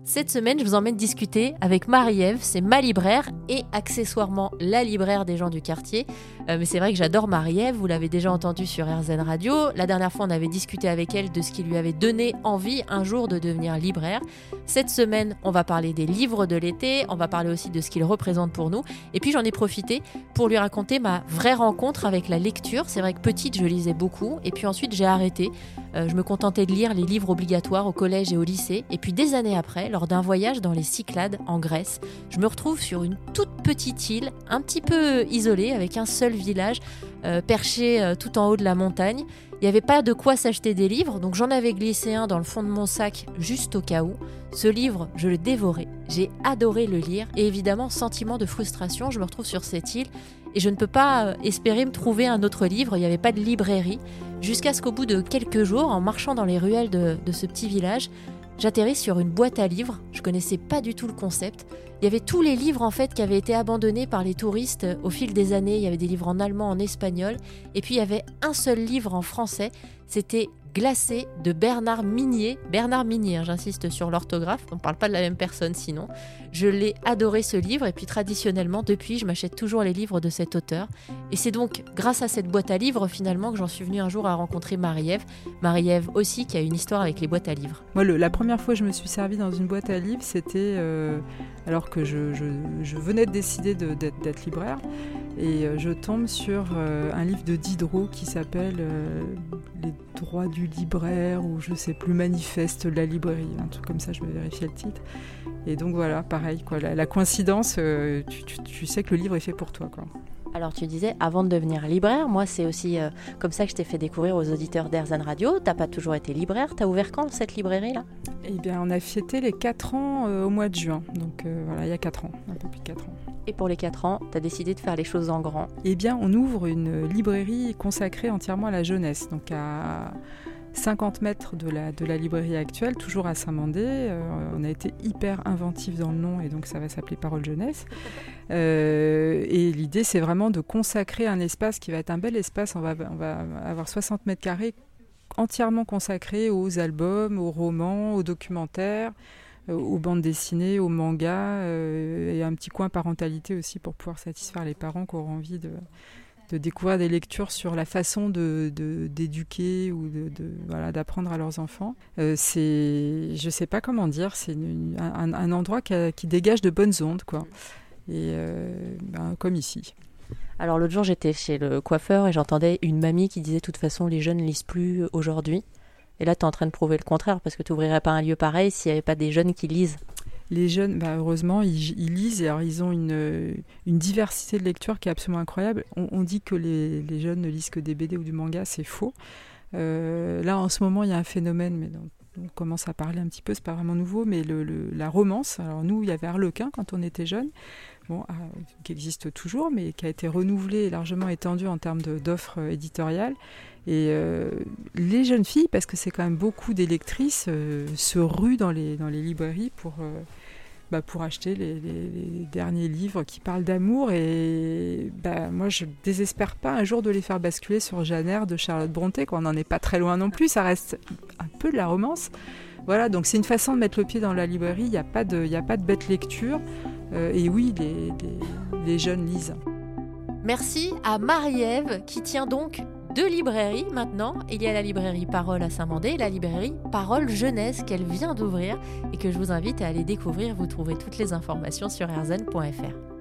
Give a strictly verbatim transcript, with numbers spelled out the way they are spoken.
Cette semaine, je vous emmène discuter avec Marie-Ève, c'est ma libraire et accessoirement la libraire des gens du quartier. Euh, mais c'est vrai que j'adore Marie-Ève, vous l'avez déjà entendue sur R Z Radio. La dernière fois, on avait discuté avec elle de ce qui lui avait donné envie un jour de devenir libraire. Cette semaine, on va parler des livres de l'été, on va parler aussi de ce qu'ils représentent pour nous. Et puis j'en ai profité pour lui raconter ma vraie rencontre avec la lecture. C'est vrai que petite, je lisais beaucoup et puis ensuite j'ai arrêté. Euh, je me contentais de lire les livres obligatoires au collège et au lycée. Et puis des années après, lors d'un voyage dans les Cyclades en Grèce, je me retrouve sur une toute petite île, un petit peu isolée, avec un seul village euh, perché euh, tout en haut de la montagne. Il n'y avait pas de quoi s'acheter des livres, donc j'en avais glissé un dans le fond de mon sac juste au cas où. Ce livre, je le dévorais. J'ai adoré le lire et évidemment, sentiment de frustration, je me retrouve sur cette île et je ne peux pas espérer me trouver un autre livre, il n'y avait pas de librairie. Jusqu'à ce qu'au bout de quelques jours, en marchant dans les ruelles de, de ce petit village, j'atterris sur une boîte à livres. Je connaissais pas du tout le concept. Il y avait tous les livres en fait qui avaient été abandonnés par les touristes au fil des années. Il y avait des livres en allemand, en espagnol. Et puis il y avait un seul livre en français. C'était Glacé de Bernard Minier. Bernard Minier, hein, j'insiste sur l'orthographe. On ne parle pas de la même personne sinon. Je l'ai adoré ce livre. Et puis traditionnellement, depuis, je m'achète toujours les livres de cet auteur. Et c'est donc grâce à cette boîte à livres finalement que j'en suis venue un jour à rencontrer Marie-Ève. Marie-Ève aussi qui a une histoire avec les boîtes à livres. Moi, le, la première fois que je me suis servie dans une boîte à livres, c'était euh, alors que je, je, je venais de décider de, d'être, d'être libraire. Et euh, je tombe sur euh, un livre de Diderot qui s'appelle euh, Les droits du libraire ou je sais plus, Manifeste de la librairie, un truc comme ça, je vais vérifier le titre. Et donc voilà, pareil, quoi, la, la coïncidence, euh, tu, tu, tu sais que le livre est fait pour toi, quoi. Alors tu disais, avant de devenir libraire, moi c'est aussi euh, comme ça que je t'ai fait découvrir aux auditeurs d'R Z Radio. T'as pas toujours été libraire, t'as ouvert quand cette librairie-là ? Eh bien on a fêté les quatre ans euh, au mois de juin, donc euh, voilà, il y a quatre ans, un peu plus de quatre ans. Et pour les quatre ans, t'as décidé de faire les choses en grand ? Eh bien on ouvre une librairie consacrée entièrement à la jeunesse, donc à cinquante mètres de la, de la librairie actuelle, toujours à Saint-Mandé. Euh, on a été hyper inventif dans le nom et donc ça va s'appeler Parole Jeunesse. Euh, et l'idée, c'est vraiment de consacrer un espace qui va être un bel espace. On va, on va avoir soixante mètres carrés entièrement consacrés aux albums, aux romans, aux documentaires, euh, aux bandes dessinées, aux mangas euh, et un petit coin parentalité aussi pour pouvoir satisfaire les parents qui auront envie de... de découvrir des lectures sur la façon de, de, d'éduquer ou de, de, voilà, d'apprendre à leurs enfants. Euh, c'est, je ne sais pas comment dire, c'est une, un, un endroit qui, a, qui dégage de bonnes ondes, quoi. Et euh, ben, comme ici. Alors l'autre jour, j'étais chez le coiffeur et j'entendais une mamie qui disait « de toute façon, les jeunes ne lisent plus aujourd'hui ». Et là, tu es en train de prouver le contraire parce que tu n'ouvrirais pas un lieu pareil s'il n'y avait pas des jeunes qui lisent. Les jeunes, bah heureusement, ils, ils lisent et alors ils ont une, une diversité de lecture qui est absolument incroyable. On, on dit que les, les jeunes ne lisent que des B D ou du manga, c'est faux. Euh, là, en ce moment, il y a un phénomène, mais donc, on commence à parler un petit peu, c'est pas vraiment nouveau, mais le, le, la romance. Alors nous, il y avait Harlequin quand on était jeunes, bon, euh, qui existe toujours, mais qui a été renouvelé et largement étendu en termes de, d'offres éditoriales. Et euh, les jeunes filles, parce que c'est quand même beaucoup d'électrices, euh, se ruent dans les, dans les librairies pour, euh, bah, pour acheter les, les, les derniers livres qui parlent d'amour. Et bah, moi, je ne désespère pas un jour de les faire basculer sur Jeanne Eyre de Charlotte Brontë, qu'on n'en est pas très loin non plus, ça reste un peu de la romance. Voilà, donc c'est une façon de mettre le pied dans la librairie, il n'y a pas de, il n'y a pas de bête lecture. Euh, et oui, les, les, les jeunes lisent. Merci à Marie-Ève qui tient donc deux librairies maintenant. Il y a la librairie Parole à Saint-Mandé et la librairie Parole Jeunesse qu'elle vient d'ouvrir et que je vous invite à aller découvrir. Vous trouverez toutes les informations sur r zen point f r.